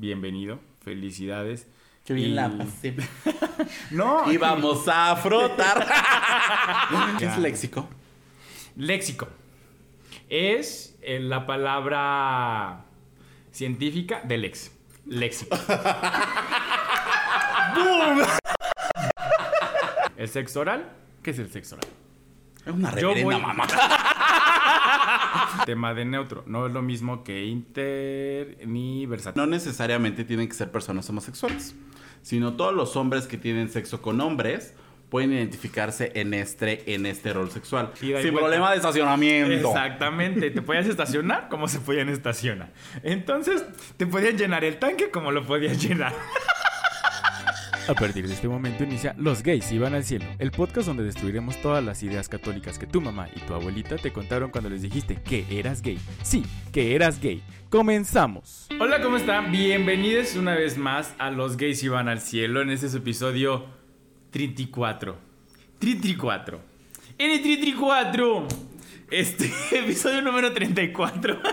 bienvenido, felicidades. Qué bien la pasé. No. Y vamos a frotar. ¿Qué es léxico? Léxico. Es la palabra científica del léxico. ¡Bum! ¿El sexo oral? ¿Qué es el sexo oral? Es una reverenda mamá. Tema de neutro. No es lo mismo que inter ni versátil. No necesariamente tienen que ser personas homosexuales, sino todos los hombres que tienen sexo con hombres pueden identificarse en este rol sexual. Sin problema de estacionamiento. Exactamente. Te podías estacionar como se podían estacionar. Entonces, te podían llenar el tanque como lo podías llenar. A partir de este momento inicia Los Gays Iban al Cielo, el podcast donde destruiremos todas las ideas católicas que tu mamá y tu abuelita te contaron cuando les dijiste que eras gay. Sí, que eras gay. ¡Comenzamos! Hola, ¿cómo están? Bienvenidos una vez más a Los Gays Iban al Cielo en este es episodio 34. En el 34, episodio número 34.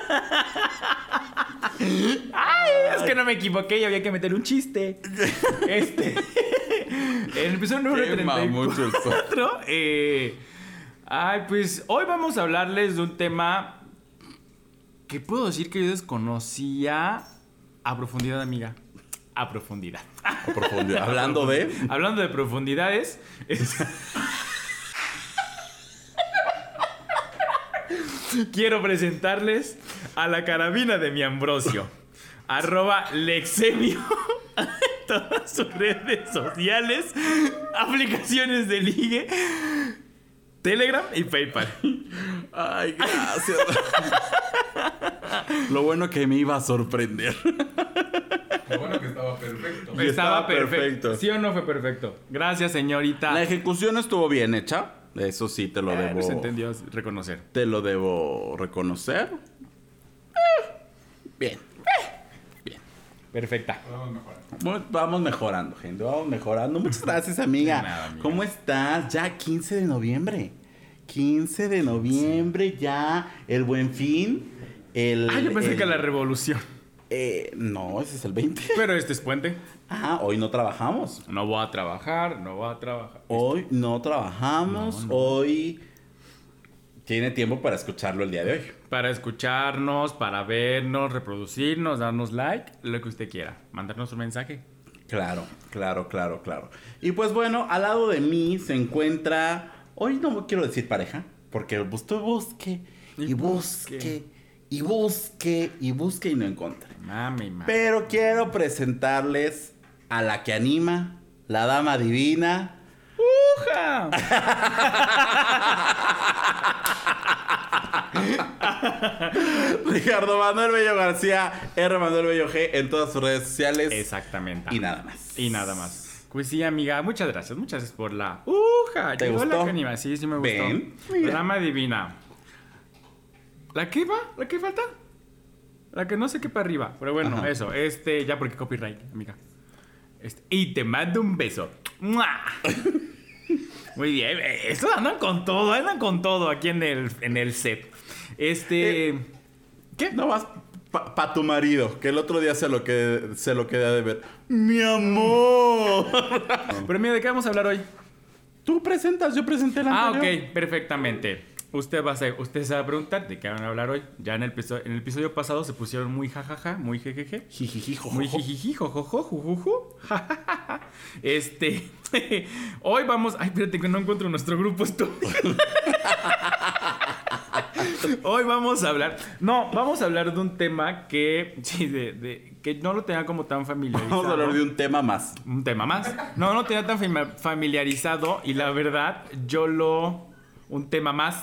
Ay, es que no me equivoqué y había que meter un chiste. En el episodio número 34. Pues hoy vamos a hablarles de un tema que puedo decir que yo desconocía a profundidad, amiga. A profundidad. Hablando de profundidades. Quiero presentarles a la carabina de mi Ambrosio. @Lexemio. Todas sus redes sociales, aplicaciones de ligue, Telegram y PayPal. Ay, gracias. Lo bueno que me iba a sorprender. Lo bueno que estaba perfecto. Estaba perfecto. ¿Sí o no fue perfecto? Gracias, señorita. La ejecución estuvo bien hecha. Eso sí, te lo debo. Se entendió reconocer. Te lo debo reconocer. Bien. Perfecta. Vamos mejorando, gente. Vamos mejorando. Muchas gracias, amiga. Nada, amiga. ¿Cómo estás? Ya 15 de noviembre. 15 de noviembre, ya el Buen Fin. Yo pensé que la revolución. No, ese es el 20. Pero este es puente. Hoy no trabajamos. No voy a trabajar. Hoy no trabajamos. No. Hoy tiene tiempo para escucharlo el día de hoy. Para escucharnos, para vernos, reproducirnos, darnos like, lo que usted quiera. Mandarnos un mensaje. Claro. Y pues bueno, al lado de mí se encuentra... Hoy no quiero decir pareja, porque busque y no encontré. Mami. Pero quiero presentarles a la que anima, la dama divina. ¡Uja! Ricardo Manuel Bello García, R. Manuel Bello G en todas sus redes sociales. Exactamente. Y nada más. Pues sí, amiga, muchas gracias por la ¡uja! ¿Te Llegó gustó? la que anima. Sí, me gustó. Ven, mira. La dama divina. ¿La que va? ¿La que falta? La que no sé qué para arriba. Pero bueno, Ajá. eso. Ya porque copyright, amiga. Y te mando un beso. ¡Mua! Muy bien. Estos andan con todo aquí en el set. ¿Qué? No más pa tu marido, que el otro día se lo quedé de ver. ¡Mi amor! Pero mira, ¿de qué vamos a hablar hoy? Tú presentas, yo presenté el anterior. Ok, perfectamente. Usted se va a preguntar de qué van a hablar hoy. Ya en el episodio pasado se pusieron muy jajaja, muy jejeje. Jijiji, jojojo. Muy jijiji, jojojo, jujuju. Hoy vamos... Ay, espérate que no encuentro nuestro grupo estúpido. Hoy vamos a hablar... No, vamos a hablar de un tema que... Sí, que no lo tenía como tan familiarizado. Vamos a hablar de un tema más. Un tema más. No lo tenía tan familiarizado y la verdad, un tema más...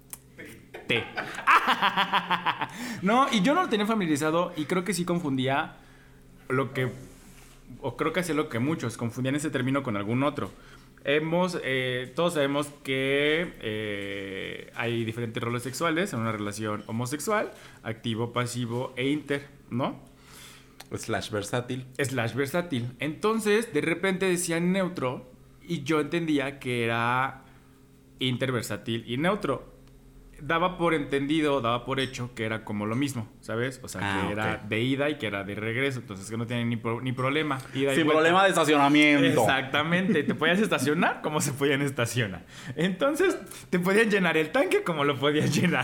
No, y yo no lo tenía familiarizado y creo que sí confundía creo que hacía lo que muchos confundían ese término con algún otro. Todos sabemos que hay diferentes roles sexuales en una relación homosexual, activo, pasivo e inter, ¿no? / versátil. Entonces, de repente decían neutro y yo entendía que era interversátil y neutro. daba por entendido, daba por hecho que era como lo mismo, ¿sabes? O sea, que era de ida y que era de regreso. Entonces que no tiene ni problema. Ida Sin problema de estacionamiento. Exactamente. Te podías estacionar como se podían estacionar. Entonces te podían llenar el tanque como lo podías llenar.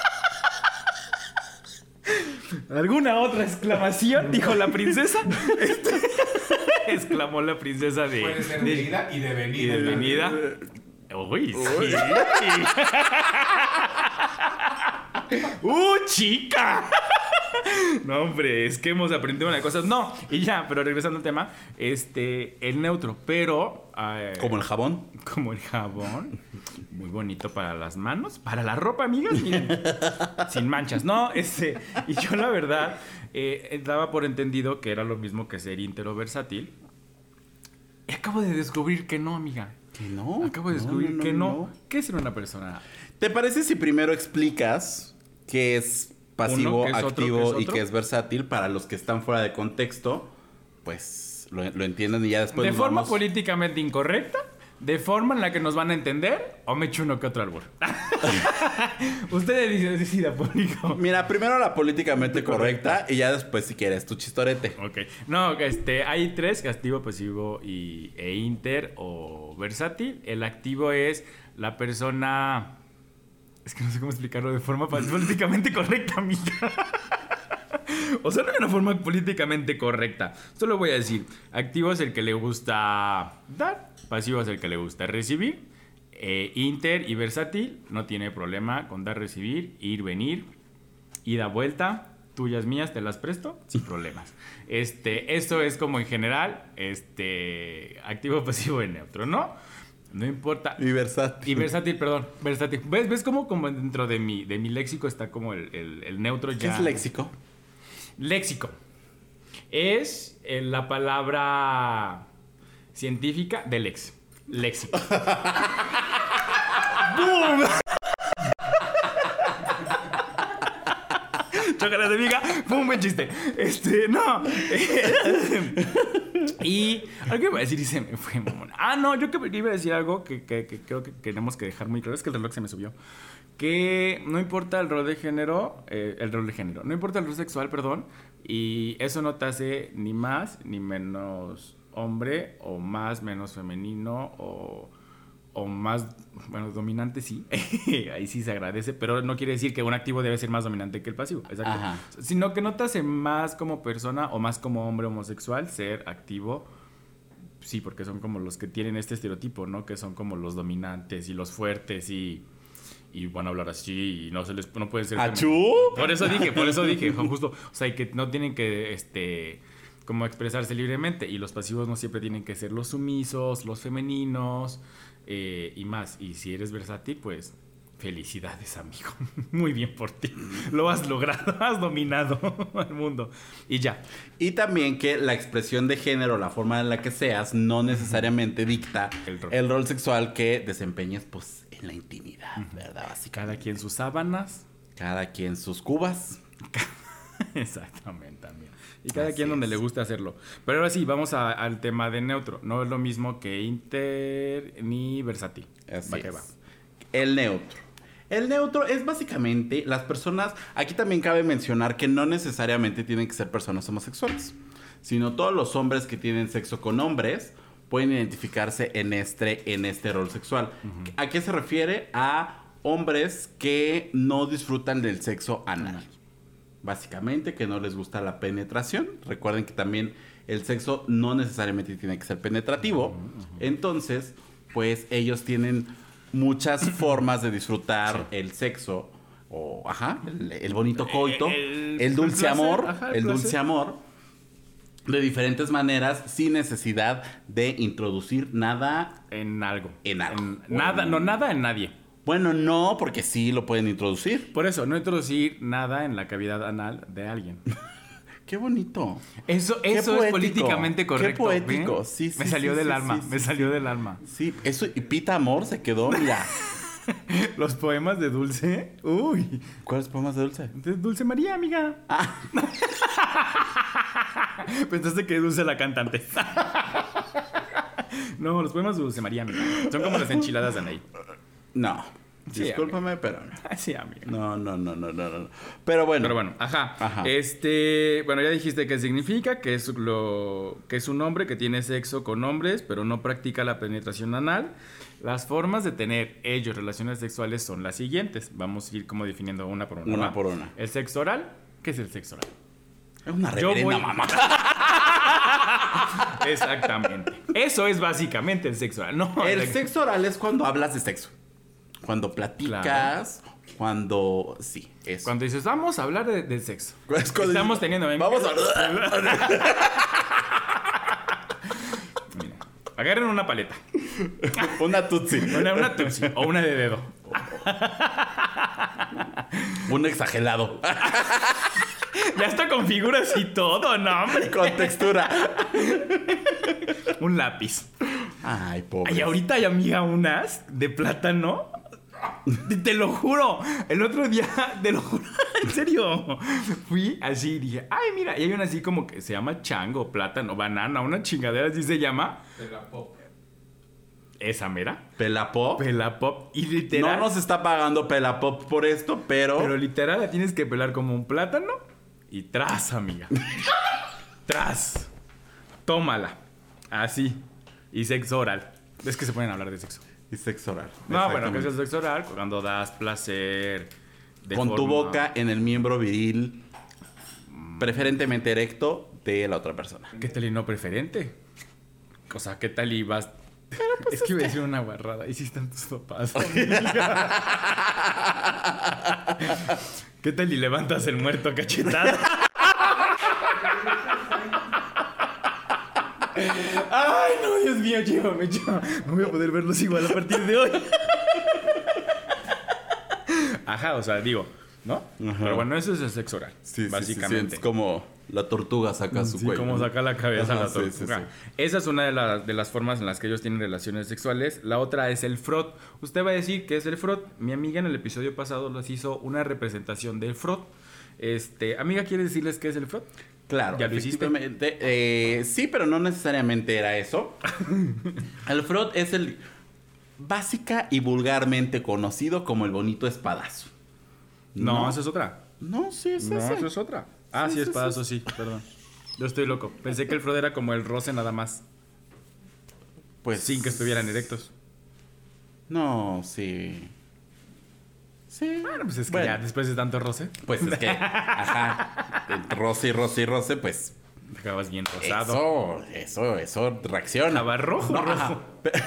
¿Alguna otra exclamación? Dijo la princesa. Exclamó la princesa de... Puede ser de ida y de venida. Y de venida. Uy, sí. ¡Chica! No, hombre, es que hemos aprendido una cosa. No, y ya, pero regresando al tema, el neutro, pero... como el jabón. Como el jabón. Muy bonito para las manos. Para la ropa, amigas, miren. Sin manchas. No, y yo la verdad, daba por entendido que era lo mismo que ser interversátil. Y acabo de descubrir que no, amiga. ¿Que no? Acabo de descubrir que no. ¿Qué es ser una persona? ¿Te parece si primero explicas qué es pasivo, ¿Qué es activo otro? y qué es versátil para los que están fuera de contexto? Pues lo entiendan y ya después De nos forma vamos... políticamente incorrecta, de forma en la que nos van a entender, o me echo uno que otro albur. Ustedes decida, público. Mira, primero la políticamente correcta y ya después, si quieres, tu chistorete. Ok. No, hay tres: activo, pasivo e inter o versátil. El activo es la persona... Es que no sé cómo explicarlo de forma políticamente correcta, amiga. O sea, no hay una forma políticamente correcta. Solo voy a decir, activo es el que le gusta dar, pasivo es el que le gusta recibir, inter y versátil no tiene problema con dar, recibir, ir, venir, ida, vuelta, tuyas, mías, te las presto, sin problemas. Esto es como en general, activo, pasivo y neutro, ¿no? No importa. Y versátil. Y versátil, perdón. Versátil. ¿Ves cómo como dentro de mi léxico está como el neutro ya? ¿Qué es léxico? Léxico. Es la palabra científica del léxico. ¡Bum! Chócalas de amiga. Fue un buen chiste. No. Y algo que iba a decir y se me fue, mamón. No, yo que iba a decir algo que creo que tenemos que dejar muy claro. Es que el reloj se me subió. Que no importa el rol de género, no importa el rol sexual, perdón, y eso no te hace ni más ni menos hombre, o más, menos femenino, o más, bueno, dominante sí, ahí sí se agradece, pero no quiere decir que un activo debe ser más dominante que el pasivo, exacto. Ajá. Sino que no te hace más como persona o más como hombre homosexual ser activo. Sí, porque son como los que tienen este estereotipo, ¿no? Que son como los dominantes y los fuertes y van a hablar así y no pueden ser... ¿Achú? Por eso dije, justo, o sea, que no tienen que, como expresarse libremente, y los pasivos no siempre tienen que ser los sumisos, los femeninos, y más. Y si eres versátil, pues felicidades, amigo. Muy bien por ti. Lo has logrado, has dominado al mundo. Y ya. Y también que la expresión de género, la forma en la que seas, no necesariamente dicta el rol sexual que desempeñes, pues, en la intimidad, ¿verdad? Básicamente. Cada quien sus sábanas. Cada quien sus cubas. Exactamente, también. Y cada quien donde le gusta hacerlo. Pero ahora sí, vamos al tema de neutro. No es lo mismo que inter ni versátil. Así es. El neutro. El neutro es básicamente las personas... Aquí también cabe mencionar que no necesariamente tienen que ser personas homosexuales, sino todos los hombres que tienen sexo con hombres pueden identificarse en este rol sexual. Uh-huh. ¿A qué se refiere? A hombres que no disfrutan del sexo anal. Básicamente, que no les gusta la penetración. Recuerden que también el sexo no necesariamente tiene que ser penetrativo. Uh-huh. Entonces, pues ellos tienen muchas formas de disfrutar el sexo. O, el bonito coito. El dulce placer, amor. El dulce amor. De diferentes maneras, sin necesidad de introducir nada en algo. Nada, no nada en nadie. Bueno, no, porque sí lo pueden introducir. Por eso, no introducir nada en la cavidad anal de alguien. Qué bonito. Eso es políticamente correcto. Qué poético. Sí, me salió del alma. Sí, eso y Pita Amor se quedó, mira. Los poemas de Dulce. Uy. ¿Cuáles poemas de Dulce? De Dulce María, amiga. Pensaste que Dulce la cantante. No, los poemas de Dulce María, amiga. Son como las enchiladas de Anaí. No. Sí, Discúlpame, pero no. Sí, amigo. No. Pero bueno. Ajá. Ajá. Bueno, ya dijiste qué significa, que es un hombre que tiene sexo con hombres, pero no practica la penetración anal. Las formas de tener ellos relaciones sexuales son las siguientes. Vamos a ir como definiendo una por una. Una por una. El sexo oral. ¿Qué es el sexo oral? Es una reverenda mamá. Exactamente. Eso es básicamente el sexo oral. No, El sexo oral es cuando hablas de sexo. Cuando platicas, cuando... Sí, eso. Cuando dices, vamos a hablar de sexo. Es cuando Estamos dices, teniendo... Vamos a... Mira, agarren una paleta. Una tutsi. Una tutsi o una de dedo. Un exagerado. Ya está con figuras y todo, no, hombre. Con textura. Un lápiz. Ay, pobre. Ay, ahorita hay, amiga, unas de plátano. Te lo juro. El otro día, te lo juro. En serio. Fui así y dije, ay, mira. Y hay una así como que se llama chango, plátano, banana, una chingadera así se llama. Pelapop. Esa mera. ¿Pelapop? Pelapop. Y literal. No nos está pagando Pelapop por esto, Pero literal la tienes que pelar como un plátano. Y tras, amiga. Tras. Tómala. Así. Y sexo oral. Es que se pueden hablar de sexo. Y sexo oral. No, bueno, ¿qué es el sexo oral? Cuando das placer. Con tu boca en el miembro viril, preferentemente erecto, de la otra persona. ¿Qué tal y no preferente? O sea, ¿qué tal y vas...? Es que iba a decir una guarrada. Y si están tus papás. ¿Qué tal y levantas el muerto a cachetada? Ay, no, Dios mío, llévame. No voy a poder verlos igual a partir de hoy. Ajá, o sea, digo, ¿no? Ajá. Pero bueno, eso es el sexo oral, Sí, básicamente. es como la tortuga saca su cuello. Como ¿no? saca la cabeza Ajá, la tortuga. sí. Esa es una de las formas en las que ellos tienen relaciones sexuales. La otra es el frot. Usted va a decir qué es el frot. Mi amiga en el episodio pasado les hizo una representación del frot. Amiga, ¿quieres decirles qué es el frot? Claro, ¿Ya lo hiciste? efectivamente, sí, pero no necesariamente era eso. El frot es el básica y vulgarmente conocido como el bonito espadazo. No, esa es otra. No, sí, es No, ese. esa es otra. Ah, sí, espadazo, sí, perdón. Yo estoy loco. Pensé que el frot era como el roce nada más. Pues Sin que estuvieran erectos. No, sí. Sí. Bueno, pues es que Bueno, ya después de tanto roce, pues es que, ajá, roce, pues te acabas bien rosado. eso reacciona. Estaba rojo, No, rojo.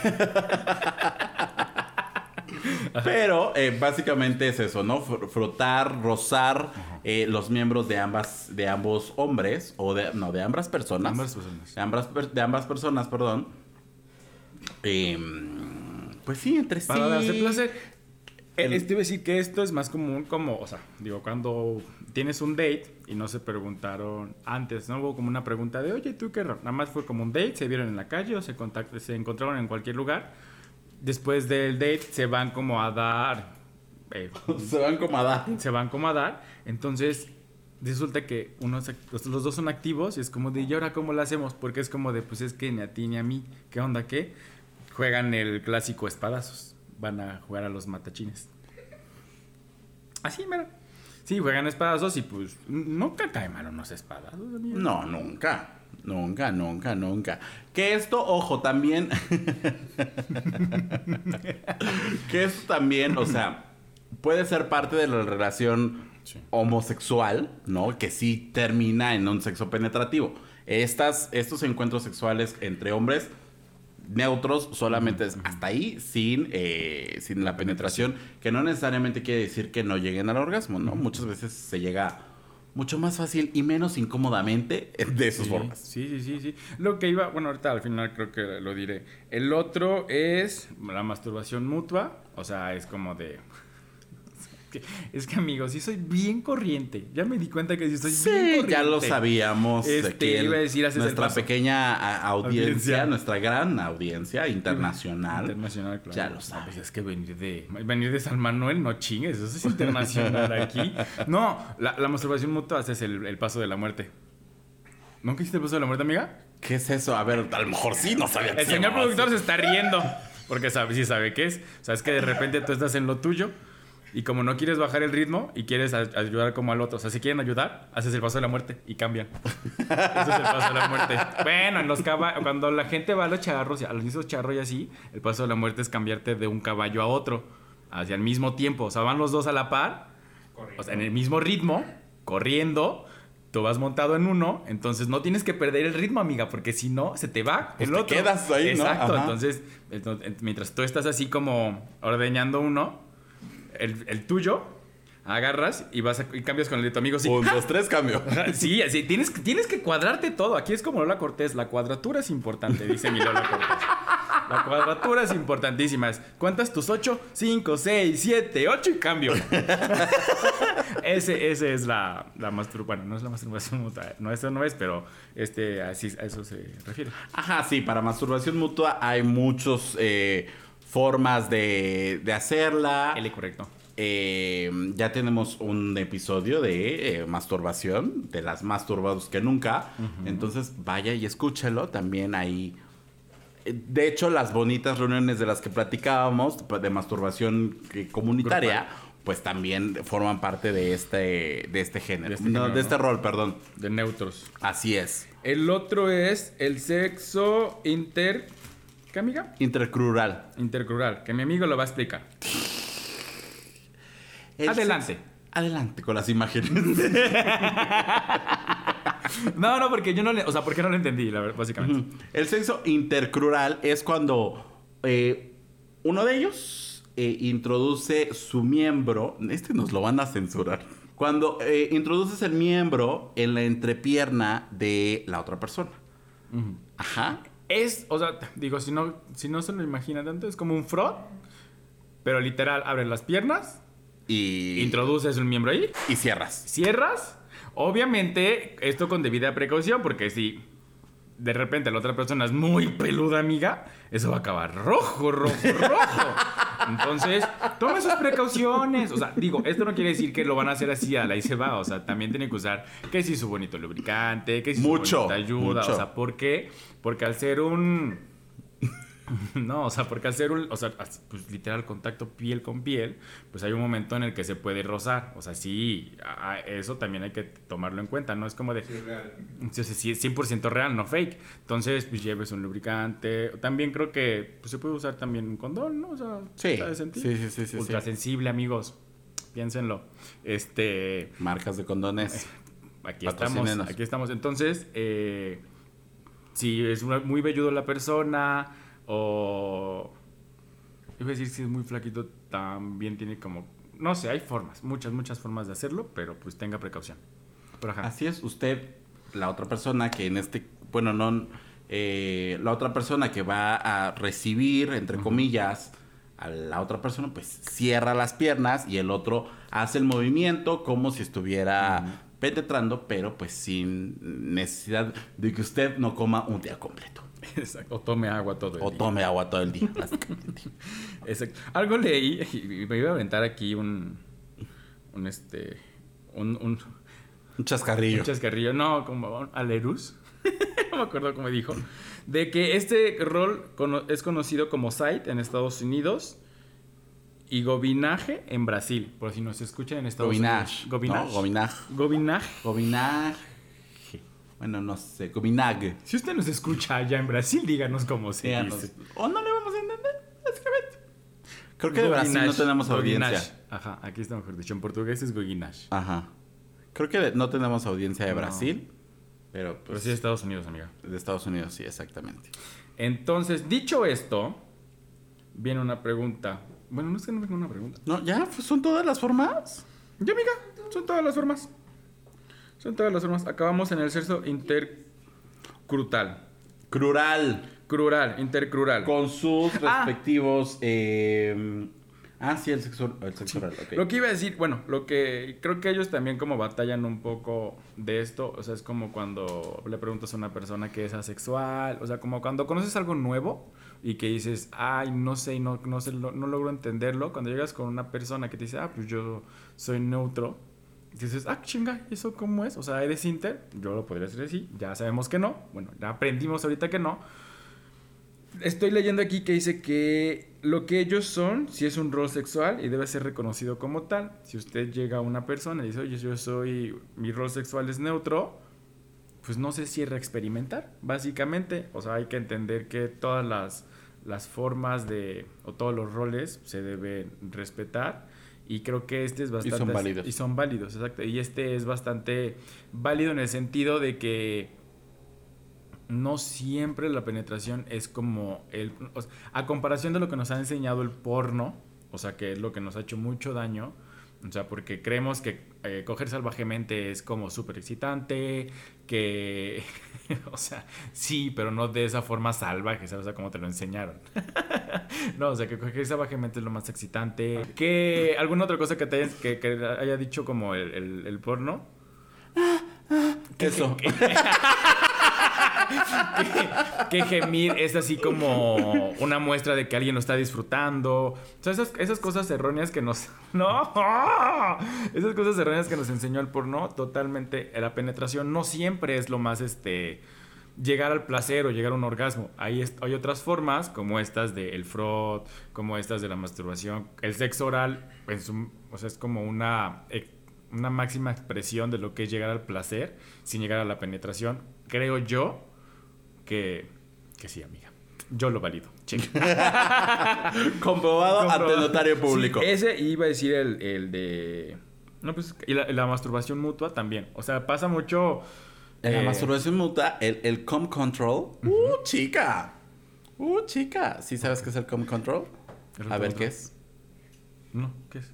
Pero básicamente es eso, ¿no? Frotar, rozar los miembros de ambos hombres, o de ambas personas. Ambas personas. De ambas personas, perdón. Pues sí, entre sí. Para darse placer. Te iba a decir que esto es más común como, o sea, digo, cuando tienes un date y no se preguntaron antes, ¿no? Hubo como una pregunta de, oye, ¿tú qué? Nada más fue como un date, se vieron en la calle o se encontraron en cualquier lugar. Después del date se van como a dar... Se van como a dar. Se van como a dar. Entonces, resulta que los dos son activos y es como de, ¿y ahora cómo lo hacemos? Porque es como de, pues es que ni a ti ni a mí. ¿Qué onda qué? Juegan el clásico espadazos. Van a jugar a los matachines. Así, mira. Sí, juegan espadazos y pues nunca cae mal unos espadazos. Amigo. No, nunca. Que esto, ojo, también... que esto también, o sea, puede ser parte de la relación homosexual, ¿no? Que sí termina en un sexo penetrativo. Estos encuentros sexuales entre hombres neutros solamente es hasta ahí, sin la penetración, que no necesariamente quiere decir que no lleguen al orgasmo, ¿no? Muchas veces se llega mucho más fácil y menos incómodamente de sus formas. Sí. Lo que iba, bueno, ahorita al final creo que lo diré. El otro es la masturbación mutua, o sea, es como de... Es que, amigos, sí soy bien corriente. Ya me di cuenta que sí soy bien corriente. Ya lo sabíamos. Aquí iba a decir, nuestra pequeña audiencia, nuestra gran audiencia internacional. Internacional, claro. Ya lo sabes. Pues es que venir de San Manuel, no chingues, eso es internacional aquí. No, la masturbación mutua es el paso de la muerte. ¿Nunca hiciste el paso de la muerte, amiga? ¿Qué es eso? A ver, a lo mejor sí, no sabía. El señor productor se está riendo. Porque sí sabe qué es. O sea, es que de repente tú estás en lo tuyo y como no quieres bajar el ritmo y quieres ayudar como al otro. O sea, si quieren ayudar, haces el paso de la muerte y cambian. Eso es el paso de la muerte. Bueno, en los cuando la gente va a los charros, a los mismos charros y así, el paso de la muerte es cambiarte de un caballo a otro hacia el mismo tiempo. O sea, van los dos a la par, corriendo. O sea, en el mismo ritmo, corriendo. Tú vas montado en uno, entonces no tienes que perder el ritmo, amiga, porque si no, se te va pues el te otro. quedas ahí, exacto, ¿no? Entonces, mientras tú estás así como ordeñando uno, el tuyo, agarras y y cambias con el de tu amigo. Sí. 1, 2, 3, cambio. Sí, así, tienes que cuadrarte todo. Aquí es como Lola Cortés, la cuadratura es importante, dice mi Lola Cortés. La cuadratura es importantísima. ¿Cuántas tus 8? 5, 6, 7, 8 y cambio. Ese es la masturbación. Bueno, no es la masturbación mutua. No, eso no es, pero así, a eso se refiere. Ajá, sí, para masturbación mutua hay muchas formas de hacerla. L correcto. Ya tenemos un episodio de masturbación, de las más turbados que nunca. Uh-huh. Entonces vaya y escúchalo. También ahí. De hecho, las bonitas reuniones de las que platicábamos, de masturbación comunitaria, pues también forman parte de este género. De este rol, perdón. De neutros. Así es. El otro es el sexo ¿qué, amiga? Intercrural. Intercrural, que mi amigo lo va a explicar. Adelante con las imágenes. No, porque yo no le... O sea, porque no lo entendí, la verdad, básicamente. Uh-huh. El sexo intercrural es cuando uno de ellos introduce su miembro... Nos lo van a censurar. Cuando introduces el miembro en la entrepierna de la otra persona. Uh-huh. Ajá. O sea, digo, si no se lo imaginan tanto, es como un frot, pero literal, abres las piernas... Y introduces un miembro ahí. Y cierras. Obviamente, esto con debida precaución, porque si de repente la otra persona es muy peluda, amiga, eso va a acabar rojo. Entonces, tome sus precauciones. O sea, digo, esto no quiere decir que lo van a hacer así a la y se va. O sea, también tiene que usar que si su bonito lubricante, que si su bonita ayuda. Mucho. O sea, ¿por qué? Porque al ser un... No, o sea, porque al ser pues literal contacto piel con piel, pues hay un momento en el que se puede rozar. O sea, sí, eso también hay que tomarlo en cuenta, ¿no? Es como de... Sí, es real. Sí, es 100% real, no fake. Entonces, pues lleves un lubricante. También creo que pues, se puede usar también un condón, ¿no? O sea, sí. ¿sabes sentir? Sí. Ultra sensible, amigos. Piénsenlo. Marcas de condones. Aquí estamos. Entonces, si es muy velludo la persona... O... Iba a decir si es muy flaquito, también tiene como... No sé, hay formas, muchas formas de hacerlo, pero pues tenga precaución. Así es, usted, la otra persona que la otra persona que va a recibir, entre comillas, a la otra persona, pues cierra las piernas y el otro hace el movimiento como si estuviera penetrando, pero pues sin necesidad de que usted no coma un día completo. Exacto. O tome agua todo el día. Tome agua todo el día, básicamente. Exacto. Algo leí y me iba a aventar aquí un chascarrillo. Un chascarrillo, no, como alerus. No me acuerdo cómo dijo. De que este rol es conocido como sight en Estados Unidos y gobinaje en Brasil. Por si nos escuchan en Estados Unidos. Gobinaje. Bueno, no sé, gobinag. Si usted nos escucha allá en Brasil, díganos cómo se dice. O no le vamos a entender, básicamente. Creo que de Brasil no tenemos audiencia. Ajá, aquí está mejor dicho. En portugués es gobinaje. Ajá. Creo que no tenemos audiencia de Brasil, pero pues... Pero sí de Estados Unidos, amiga. De Estados Unidos, sí, exactamente. Entonces, dicho esto, viene una pregunta. Bueno, no es que no venga una pregunta. No, ya, pues son todas las formas. Ya, amiga, son todas las formas. Acabamos en el sexo intercrural. Intercrural. Con sus respectivos... sí, el sexo oral, ok. Lo que iba a decir, bueno, lo que creo que ellos también como batallan un poco de esto, o sea, es como cuando le preguntas a una persona que es asexual, o sea, como cuando conoces algo nuevo y que dices, ay, no sé, no logro entenderlo, cuando llegas con una persona que te dice, pues yo soy neutro, dices, chinga, ¿eso cómo es? O sea, ¿eres inter? Yo lo podría decir así, ya sabemos que no, bueno, ya aprendimos ahorita que no. Estoy leyendo aquí que dice que lo que ellos son, si es un rol sexual y debe ser reconocido como tal. Si usted llega a una persona y dice, oye, mi rol sexual es neutro, pues no se cierra a experimentar, básicamente. O sea, hay que entender que todas las formas o todos los roles se deben respetar. Y creo que este es bastante... Y son válidos. Y son válidos, exacto. Y este es bastante válido en el sentido de que no siempre la penetración es como o sea, a comparación de lo que nos ha enseñado el porno, o sea, que es lo que nos ha hecho mucho daño, o sea, porque creemos que coger salvajemente es como súper excitante, que, o sea, sí, pero no de esa forma salvaje, ¿sabes? O sea, como te lo enseñaron. No, o sea, que coger salvajemente es lo más excitante. ¿Qué, alguna otra cosa que que haya dicho como el porno? Eso. Que gemir es así como una muestra de que alguien lo está disfrutando. O sea, esas cosas erróneas que nos... ¡No! Esas cosas erróneas que nos enseñó el porno, totalmente. La penetración no siempre es lo más, llegar al placer o llegar a un orgasmo. Hay otras formas, como estas del frot, como estas de la masturbación. El sexo oral, o sea, es como una máxima expresión de lo que es llegar al placer sin llegar a la penetración. Creo yo que sí, amiga. Yo lo valido. Comprobado ante notario público. Sí, ese iba a decir el de... No, pues... Y la masturbación mutua también. O sea, pasa mucho... En la masturbación mutua, el cum control. Chica. Chica. ¿Sí sabes qué es el cum control? A ver, ¿qué es? No, ¿qué es?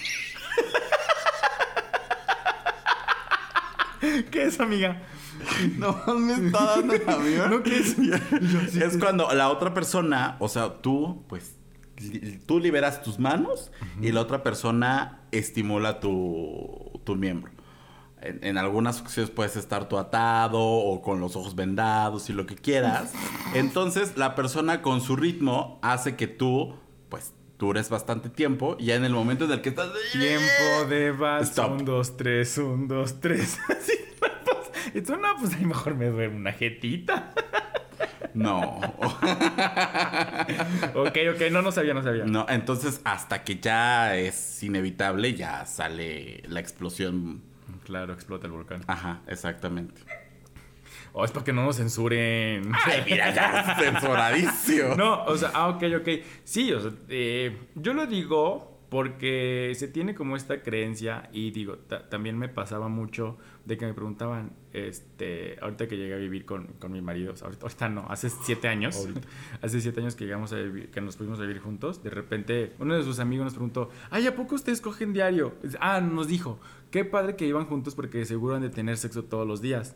¿Qué es, amiga? No, me está dando el avión. ¿No, qué es? Es cuando la otra persona, o sea, tú liberas tus manos y la otra persona estimula tu miembro. En algunas ocasiones puedes estar tú atado o con los ojos vendados y lo que quieras. Entonces, la persona con su ritmo hace que tú, pues, dures bastante tiempo. Y ya en el momento en el que estás... Tiempo de vals. Stop. 1, 2, 3, 1, 2, 3. Así, y tú, no, pues ahí mejor me duermo una jetita. No. Ok, no sabía. No, entonces hasta que ya es inevitable, ya sale la explosión. Claro, explota el volcán. Ajá, exactamente. Oh, es para que no nos censuren. Ay, mira, ya censuradísimo. No, o sea, ok. Sí, o sea, yo lo digo porque se tiene como esta creencia y digo, también me pasaba mucho de que me preguntaban, ahorita que llegué a vivir con mi marido, o sea, ahorita no, hace 7 años, hace 7 años que llegamos a vivir, que nos fuimos a vivir juntos, de repente uno de sus amigos nos preguntó, ay, ¿a poco ustedes cogen diario? Nos dijo, qué padre que iban juntos porque seguro han de tener sexo todos los días.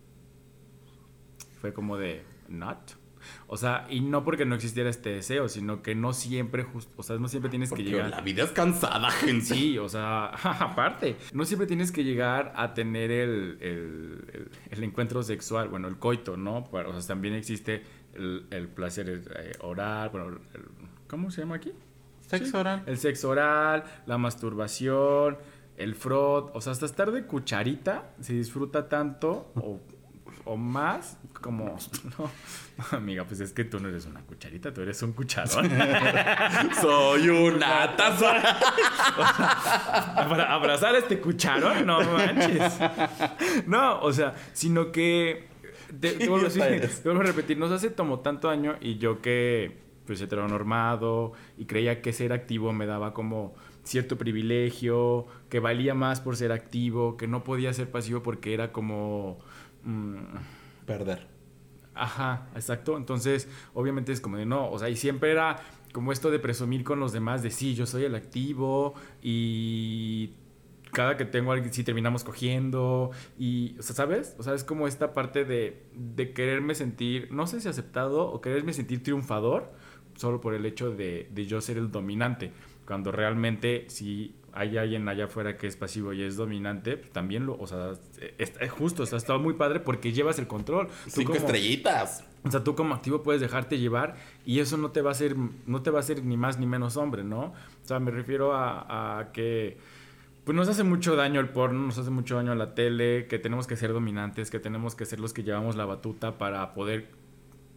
Fue como de, not. O sea, y no porque no existiera este deseo, sino que no siempre o sea, no siempre tienes porque que llegar. La vida es cansada, gente. Sí, o sea, aparte, no siempre tienes que llegar a tener el encuentro sexual, bueno, el coito, ¿no? O sea, también existe el placer oral, bueno, ¿cómo se llama aquí? Sexo oral. El sexo oral, la masturbación, el frot, o sea, hasta estar de cucharita se disfruta tanto o más como... No, amiga, pues es que tú no eres una cucharita, tú eres un cucharón. Soy una taza. O sea, para abrazar a este cucharón, no manches. No, o sea, sino que... Te vuelvo a repetir, nos hace como tanto daño y yo que pues heteronormado y creía que ser activo me daba como cierto privilegio, que valía más por ser activo, que no podía ser pasivo porque era como... Perder. Ajá, exacto. Entonces, obviamente es como de no, o sea, y siempre era como esto de presumir con los demás de sí, yo soy el activo y cada que tengo a alguien, sí terminamos cogiendo y, o sea, ¿sabes? O sea, es como esta parte de quererme sentir, no sé si aceptado o quererme sentir triunfador solo por el hecho de yo ser el dominante, cuando realmente si hay alguien allá afuera que es pasivo y es dominante, pues también o sea, es justo, o sea, está muy padre porque llevas el control. 5 estrellitas. O sea, tú como activo puedes dejarte llevar y eso no te va a hacer ni más ni menos hombre, ¿no? O sea, me refiero a que pues nos hace mucho daño el porno, nos hace mucho daño la tele, que tenemos que ser dominantes, que tenemos que ser los que llevamos la batuta para poder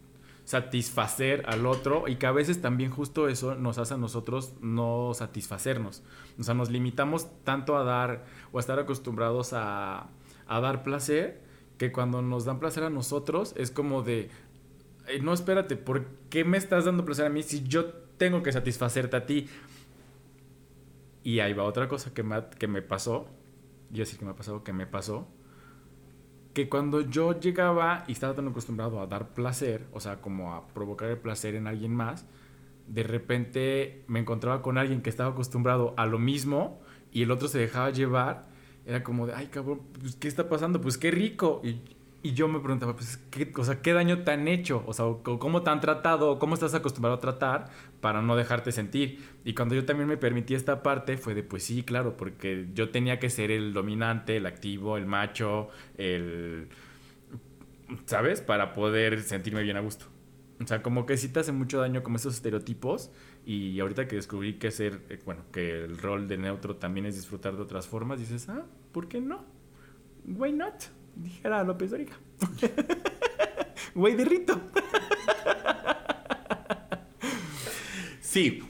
satisfacer al otro y que a veces también justo eso nos hace a nosotros no satisfacernos. O sea, nos limitamos tanto a dar o a estar acostumbrados a dar placer, que cuando nos dan placer a nosotros es como de, no, espérate, ¿por qué me estás dando placer a mí si yo tengo que satisfacerte a ti? Y ahí va otra cosa que me pasó, yo decir que me ha pasado, que me pasó, que cuando yo llegaba y estaba tan acostumbrado a dar placer, o sea, como a provocar el placer en alguien más, de repente me encontraba con alguien que estaba acostumbrado a lo mismo y el otro se dejaba llevar. Era como de, ay, cabrón, pues, ¿qué está pasando? Pues qué rico. Y yo me preguntaba, pues, ¿qué daño te han hecho? O sea, ¿cómo te han tratado? ¿Cómo estás acostumbrado a tratar para no dejarte sentir? Y cuando yo también me permití esta parte, fue de, pues sí, claro, porque yo tenía que ser el dominante, el activo, el macho, ¿sabes? Para poder sentirme bien a gusto. O sea, como que sí te hace mucho daño como esos estereotipos. Y ahorita que descubrí que que el rol de neutro también es disfrutar de otras formas, dices, ¿por qué no? Why not? Dijera López Dóriga. Güey de Rito. Sí,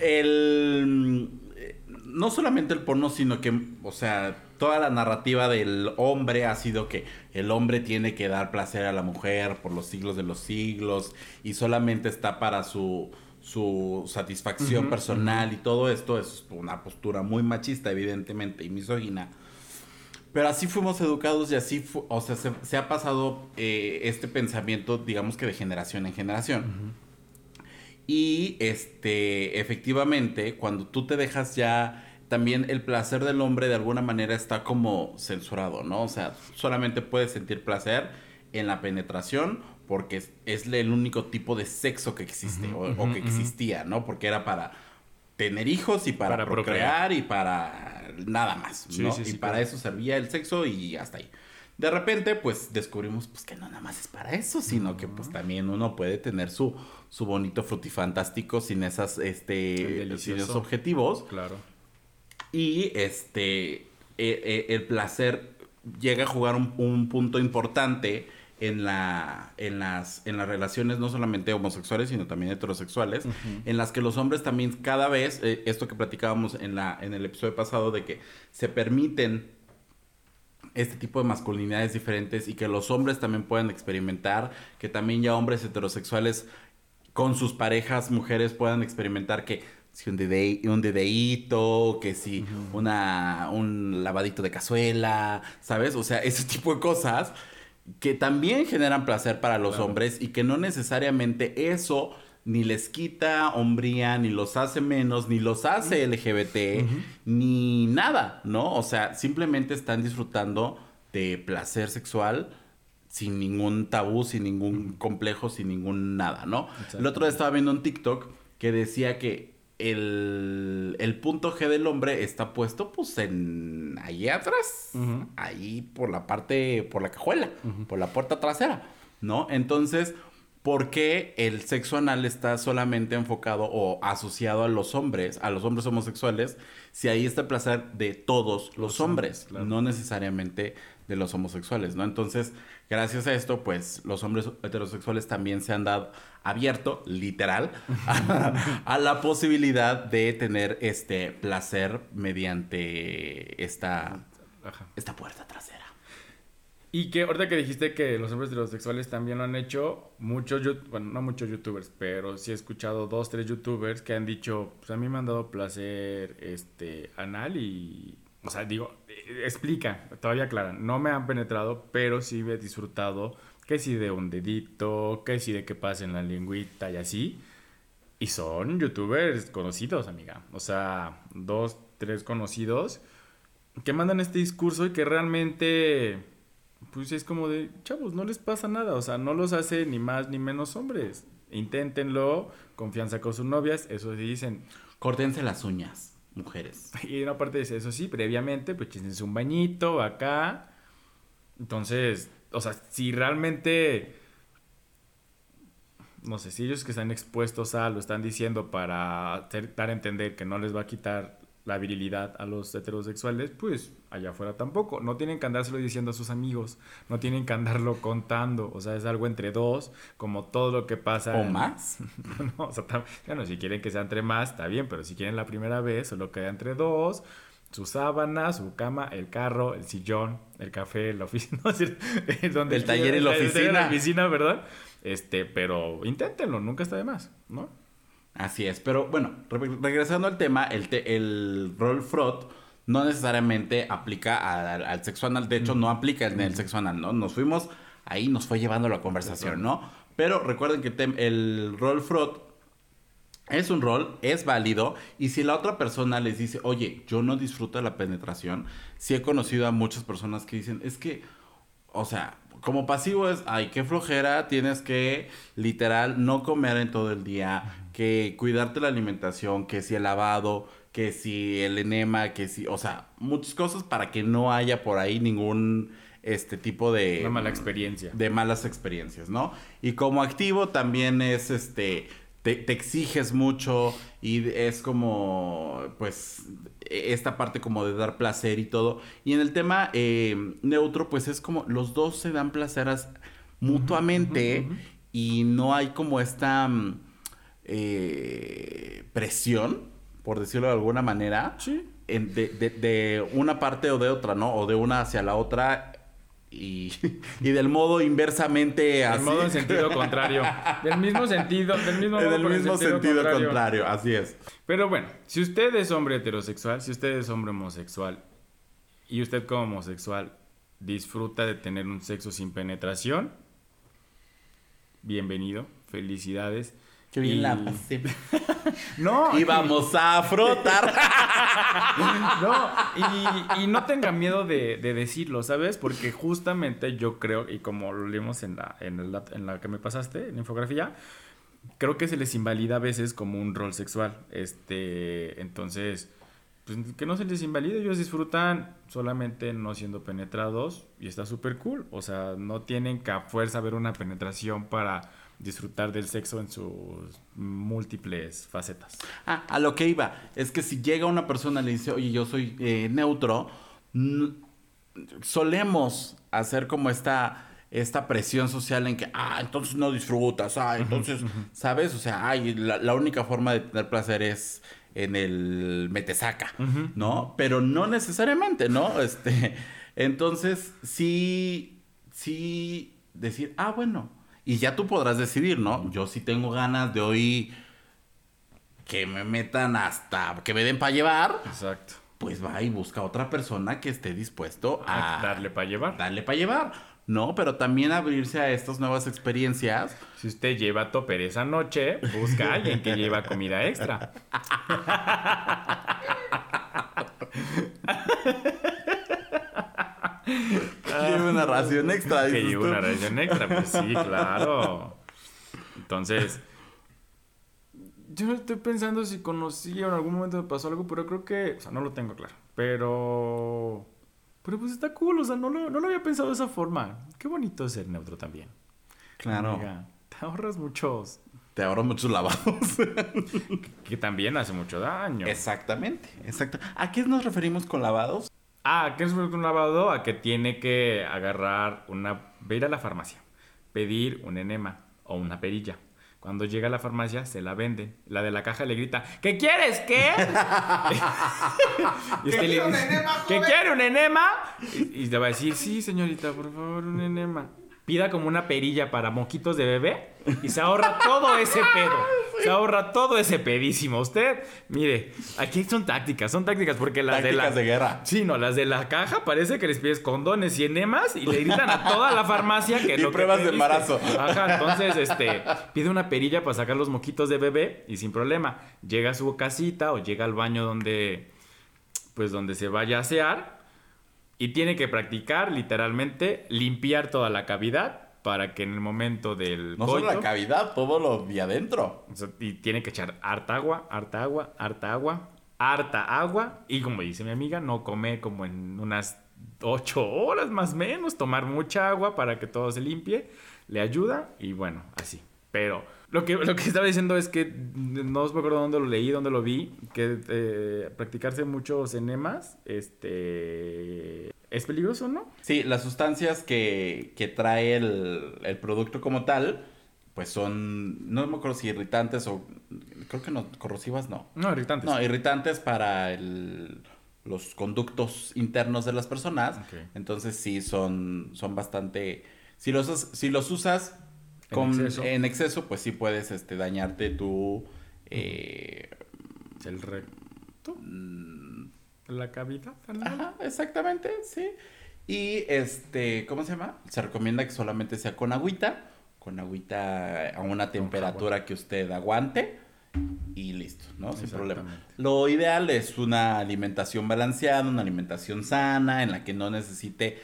no solamente el porno, sino que, o sea, toda la narrativa del hombre ha sido que el hombre tiene que dar placer a la mujer por los siglos de los siglos y solamente está para su satisfacción personal y todo esto. Es una postura muy machista, evidentemente, y misógina. Pero así fuimos educados y así, o sea, se ha pasado este pensamiento, digamos que de generación en generación. Y efectivamente, cuando tú te dejas ya, también el placer del hombre de alguna manera está como censurado, ¿no? O sea, solamente puedes sentir placer en la penetración porque es el único tipo de sexo que existe o que existía, ¿no? Porque era para tener hijos y para procrear y para nada más, ¿no? Sí, y para eso servía el sexo y hasta ahí. De repente, pues, descubrimos pues que no nada más es para eso, sino que pues también uno puede tener su bonito frutifantástico sin esas, sin esos objetivos. Claro. Y el placer llega a jugar un punto importante en las relaciones no solamente homosexuales, sino también heterosexuales, en las que los hombres también cada vez, esto que platicábamos en el episodio pasado, de que se permiten este tipo de masculinidades diferentes y que los hombres también puedan experimentar, que también ya hombres heterosexuales con sus parejas mujeres puedan experimentar que si un dedeíto, que si un lavadito de cazuela, ¿sabes? O sea, ese tipo de cosas que también generan placer para los hombres y que no necesariamente eso ni les quita hombría, ni los hace menos, ni los hace LGBT, ni nada, ¿no? O sea, simplemente están disfrutando de placer sexual sin ningún tabú, sin ningún complejo, sin ningún nada, ¿no? El otro día estaba viendo un TikTok que decía que el punto G del hombre está puesto pues ahí atrás, ahí por la cajuela, por la puerta trasera, ¿no? Entonces, ¿por qué el sexo anal está solamente enfocado o asociado a los hombres homosexuales, si ahí está el placer de todos los hombres, claro, no necesariamente de los homosexuales, ¿no? Entonces, gracias a esto, pues, los hombres heterosexuales también se han dado abierto, literal, a la posibilidad de tener placer mediante esta puerta trasera. Y que ahorita que dijiste que los hombres heterosexuales también lo han hecho, no muchos youtubers, pero sí he escuchado 2-3 youtubers que han dicho, pues a mí me han dado placer anal y, o sea, digo, explica, todavía aclaran, no me han penetrado, pero sí he disfrutado, que si de un dedito, que si de que pasen la lengüita y así. Y son youtubers conocidos, amiga. O sea, 2-3 conocidos que mandan este discurso y que realmente, pues es como de, chavos, no les pasa nada. O sea, no los hace ni más ni menos hombres. Inténtenlo, confianza con sus novias, eso sí dicen. Córtense las uñas, mujeres. Y una parte dice, eso sí, previamente, pues chísense un bañito acá. Entonces, o sea, si realmente, no sé, si ellos que están expuestos lo están diciendo para dar a entender que no les va a quitar la virilidad a los heterosexuales, pues allá afuera tampoco. No tienen que andárselo diciendo a sus amigos, no tienen que andarlo contando, o sea, es algo entre dos, como todo lo que pasa. ¿O más? No, o sea, bueno, si quieren que sea entre más, está bien, pero si quieren la primera vez, solo queda entre dos. Su sábana, su cama, el carro, el sillón, el café, la oficina, no, es decir, donde el taller y la oficina. La oficina, ¿verdad? Pero inténtenlo, nunca está de más, ¿no? Así es, pero bueno, regresando al tema, el rol fraude no necesariamente aplica al sexo anal, de hecho no aplica en el sexo anal, ¿no? Nos fuimos, ahí nos fue llevando la conversación, ¿no? Pero recuerden que el rol fraude es un rol, es válido, y si la otra persona les dice, oye, yo no disfruto de la penetración, sí he conocido a muchas personas que dicen, es que, o sea, como pasivo es, ay, qué flojera, tienes que, literal, no comer en todo el día, que cuidarte la alimentación, que si el lavado, que si el enema, que si, o sea, muchas cosas para que no haya por ahí ningún tipo de... Una mala experiencia. De malas experiencias, ¿no? Y como activo también es, te exiges mucho y es como, pues, esta parte como de dar placer y todo. Y en el tema neutro, pues es como los dos se dan placeres mutuamente y no hay como esta presión, por decirlo de alguna manera, sí. de una parte o de otra, ¿no? O de una hacia la otra. Y del modo inversamente así. Del modo en sentido contrario. Del mismo sentido. Del mismo sentido contrario, así es. Pero bueno, si usted es hombre heterosexual, si usted es hombre homosexual, y usted como homosexual disfruta de tener un sexo sin penetración, bienvenido, felicidades. Qué bien la pasé. No. Y vamos a frotar. No, y no tenga miedo de decirlo, ¿sabes? Porque justamente yo creo, y como lo leímos en la que me pasaste, en la infografía, creo que se les invalida a veces como un rol sexual. Entonces, pues que no se les invalide, ellos disfrutan solamente no siendo penetrados y está súper cool. O sea, no tienen que a fuerza ver una penetración para disfrutar del sexo en sus múltiples facetas. A lo que iba, es que si llega una persona y le dice, oye, yo soy neutro, solemos hacer como esta presión social en que, entonces no disfrutas, entonces, ¿sabes? O sea, la única forma de tener placer es en el metesaca, ¿no? Pero no necesariamente, ¿no? Entonces, sí decir, bueno, y ya tú podrás decidir, ¿no? Yo sí tengo ganas de hoy que me metan hasta que me den para llevar. Exacto. Pues va y busca a otra persona que esté dispuesto a darle para llevar. Darle para llevar. No, pero también abrirse a estas nuevas experiencias. Si usted lleva topper esa noche, busca a alguien que lleva comida extra. Que lleve una ración extra. Que lleve una ración extra, pues sí, claro. Entonces, yo estoy pensando si conocí o en algún momento me pasó algo, pero creo que, o sea, no lo tengo claro. Pero pues está cool, o sea, no lo había pensado de esa forma. Qué bonito es ser neutro también. Claro. Amiga, te ahorras muchos. Te ahorras muchos lavados. Que también hace mucho daño. Exactamente, exacto. ¿A qué nos referimos con lavados? ¿Qué es un lavado? A que tiene que agarrar ir a la farmacia, pedir un enema o una perilla. Cuando llega a la farmacia, se la venden. La de la caja le grita, ¿qué quieres? ¿Qué? Y usted le dice, ¿qué quiere? ¿Un enema? Y le va a decir, sí, señorita, por favor, un enema. Pida como una perilla para moquitos de bebé y se ahorra todo ese pedo. Se ahorra todo ese pedísimo. Usted, mire, aquí son tácticas porque las tácticas de guerra. Sí, no, las de la caja parece que les pides condones y enemas y le gritan a toda la farmacia que y lo pruebas que de embarazo. Ajá, entonces, pide una perilla para sacar los moquitos de bebé y sin problema. Llega a su casita o llega al baño donde se vaya a asear y tiene que practicar, literalmente, limpiar toda la cavidad para que en el momento del no coito, solo la cavidad, todo lo de adentro. O sea, y tiene que echar harta agua. Y como dice mi amiga, no comer como en unas 8 horas más o menos. Tomar mucha agua para que todo se limpie. Le ayuda y bueno, así. Pero lo que estaba diciendo es que no me acuerdo dónde lo leí, dónde lo vi, que practicarse muchos enemas, es peligroso, ¿no? Sí, las sustancias que trae el producto como tal, pues son, no me acuerdo si irritantes o, creo que no, corrosivas no. No, irritantes. No, irritantes para los conductos internos de las personas. Ok. Entonces sí, son bastante... Si los usas en exceso, pues sí puedes dañarte tu... El recto. La cavidad. ¿No? Ajá, exactamente, sí. Y ¿cómo se llama? Se recomienda que solamente sea con agüita a una temperatura que usted aguante y listo, ¿no? Sin problema. Lo ideal es una alimentación balanceada, una alimentación sana, en la que no necesite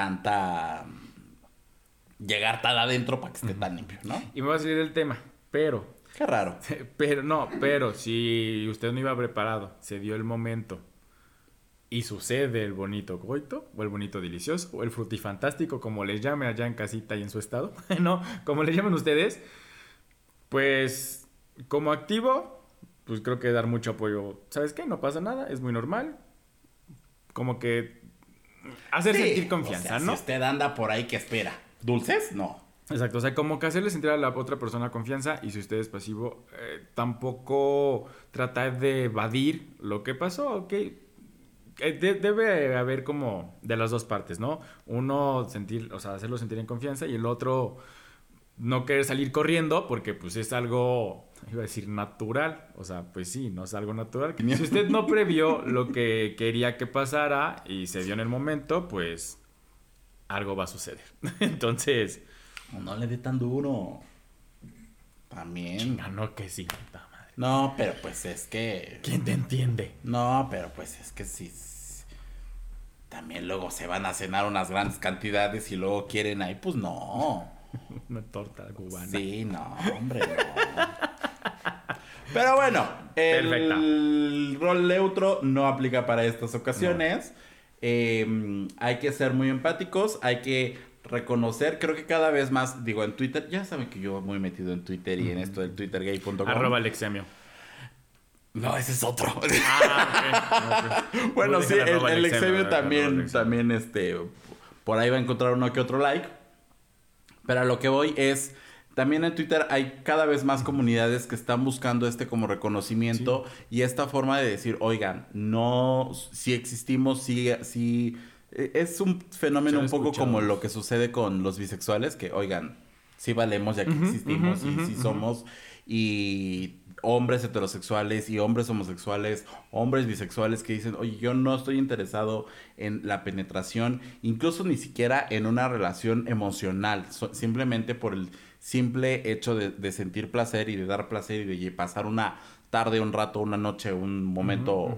llegar tan adentro para que esté tan limpio, ¿no? Y me va a salir el tema, pero... Qué raro. Pero si usted no iba preparado, se dio el momento y sucede el bonito coito, o el bonito delicioso, o el frutifantástico, como les llame allá en casita y en su estado, no, como le llamen ustedes, pues como activo, pues creo que dar mucho apoyo. ¿Sabes qué? No pasa nada, es muy normal. Como que hacer sentir confianza, ¿no? Si usted anda por ahí, ¿qué espera? ¿Dulces? No. Exacto, o sea, como que hacerle sentir a la otra persona confianza, y si usted es pasivo, tampoco tratar de evadir lo que pasó, ¿ok? Debe haber como de las dos partes, ¿no? Uno hacerlo sentir en confianza, y el otro no querer salir corriendo porque pues es algo, iba a decir natural, o sea, pues sí, no es algo natural. Si usted no previó lo que quería que pasara y se dio en el momento, pues algo va a suceder. Entonces... No le dé tan duro. También. Chinga, no que sí, puta madre. No, pero pues es que... ¿Quién te entiende? No, pero pues es que sí. También luego se van a cenar unas grandes cantidades y luego quieren ahí, pues no. Una torta cubana. Sí, no, hombre, no. Pero bueno, el rol neutro no aplica para estas ocasiones. No. Hay que ser muy empáticos, hay que reconocer, creo que cada vez más, digo, en Twitter, ya saben que yo muy metido en Twitter y en esto del twittergay.com. @Alexemio. No, ese es otro. Okay. Bueno, sí, el Exemio también, por ahí va a encontrar uno que otro like. Pero a lo que voy es, también en Twitter hay cada vez más comunidades que están buscando como reconocimiento, sí, y esta forma de decir, oigan, no, si existimos, sí, es un fenómeno un poco como lo que sucede con los bisexuales, que, oigan, sí valemos ya que existimos y sí somos, y hombres heterosexuales y hombres homosexuales, hombres bisexuales que dicen, oye, yo no estoy interesado en la penetración, incluso ni siquiera en una relación emocional, simplemente por el simple hecho de sentir placer y de dar placer y de pasar una tarde, un rato, una noche, un momento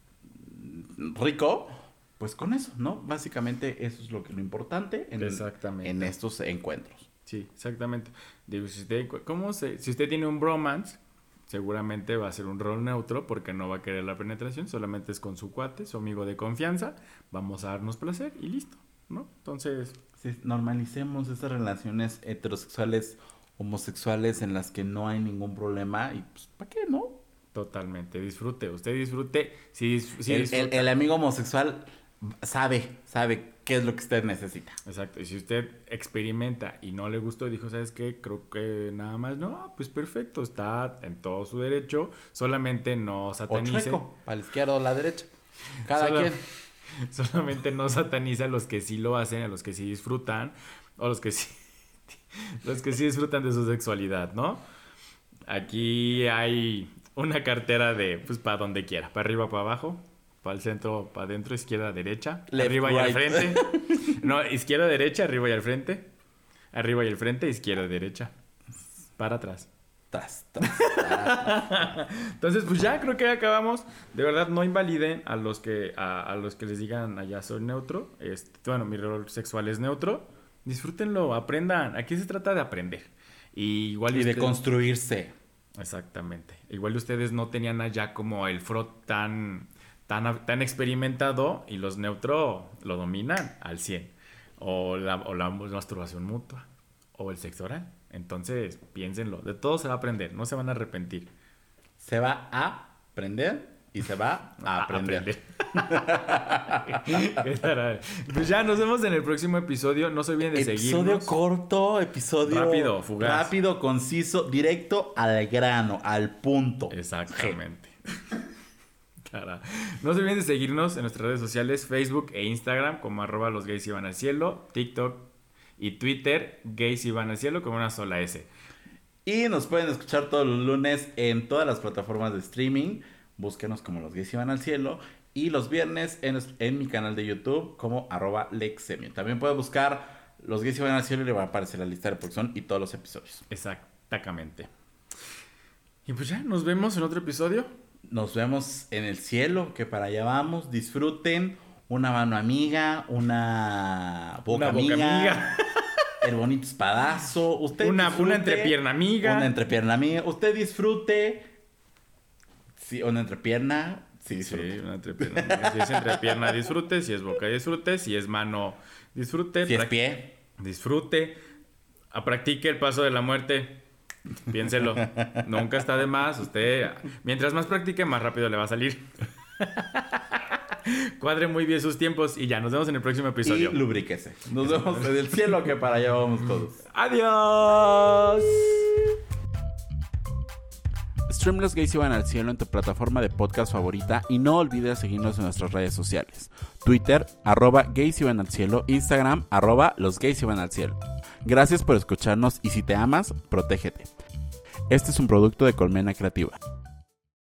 rico, pues con eso, ¿no? Básicamente eso es lo importante en estos encuentros. Sí, exactamente. Digo, si usted tiene un bromance, seguramente va a ser un rol neutro porque no va a querer la penetración, solamente es con su cuate, su amigo de confianza, vamos a darnos placer y listo, ¿no? Entonces... Sí, normalicemos esas relaciones heterosexuales, homosexuales en las que no hay ningún problema y pues, ¿para qué, no? Totalmente, usted disfrute. El amigo homosexual sabe qué es lo que usted necesita. Exacto, y si usted experimenta y no le gustó, dijo, ¿sabes qué? Creo que nada más no, pues perfecto, está en todo su derecho, solamente no satanice. O chueco, para la izquierda o la derecha, cada quien. Solamente no sataniza a los que sí lo hacen, a los que sí disfrutan, o los que sí disfrutan de su sexualidad, ¿no? Aquí hay una cartera de, pues, para donde quiera, para arriba, para abajo, para el centro, para adentro, izquierda, derecha, left, arriba right. Y al frente. No, izquierda, derecha, arriba y al frente. Arriba y al frente, izquierda, derecha. Para atrás. Entonces, pues ya creo que acabamos. De verdad, no invaliden a los que les digan allá soy neutro. Bueno, mi rol sexual es neutro. Disfrútenlo, aprendan. Aquí se trata de aprender. Y de construirse. Exactamente. Igual ustedes no tenían allá como el frot tan experimentado, y los neutro lo dominan al 100. O la masturbación mutua. O el sexo oral. Entonces, piénsenlo. De todo se va a aprender. No se van a arrepentir. Se va a aprender y se va a aprender. Qué tarada. Pues ya nos vemos en el próximo episodio. No se olviden de seguirnos. Episodio corto, episodio rápido, fugaz. Rápido, conciso, directo al grano, al punto. Exactamente. No se olviden de seguirnos en nuestras redes sociales, Facebook e Instagram como @losgaysivanalcielo, TikTok y Twitter, Gays y Van al Cielo, con una sola S. Y nos pueden escuchar todos los lunes en todas las plataformas de streaming. Búsquenos como Los Gays y Van al Cielo. Y los viernes en mi canal de YouTube como @lexemio. También puede buscar Los Gays y Van al Cielo y le va a aparecer la lista de reproducción y todos los episodios. Exactamente. Y pues ya, nos vemos en otro episodio. Nos vemos en el cielo, que para allá vamos. Disfruten una mano amiga, una boca amiga. El bonito espadazo. Usted una disfrute, entrepierna amiga. Una entrepierna amiga. Usted disfrute. Sí, una entrepierna. Sí, disfrute. Sí, una entrepierna amiga. Si es entrepierna, disfrute. Si es boca, disfrute. Si es mano, disfrute. Si es pie, disfrute. Practique el paso de la muerte. Piénselo. Nunca está de más. Usted, mientras más practique, más rápido le va a salir. Cuadre muy bien sus tiempos y ya, nos vemos en el próximo episodio. Y lubríquese. Nos vemos en el cielo, que para allá vamos todos. ¡Adiós! Stream Los Gays y Van al Cielo en tu plataforma de podcast favorita y no olvides seguirnos en nuestras redes sociales. Twitter, @Gays y Van al Cielo, Instagram, @Los Gays y Van al Cielo. Gracias por escucharnos y si te amas, protégete. Este es un producto de Colmena Creativa.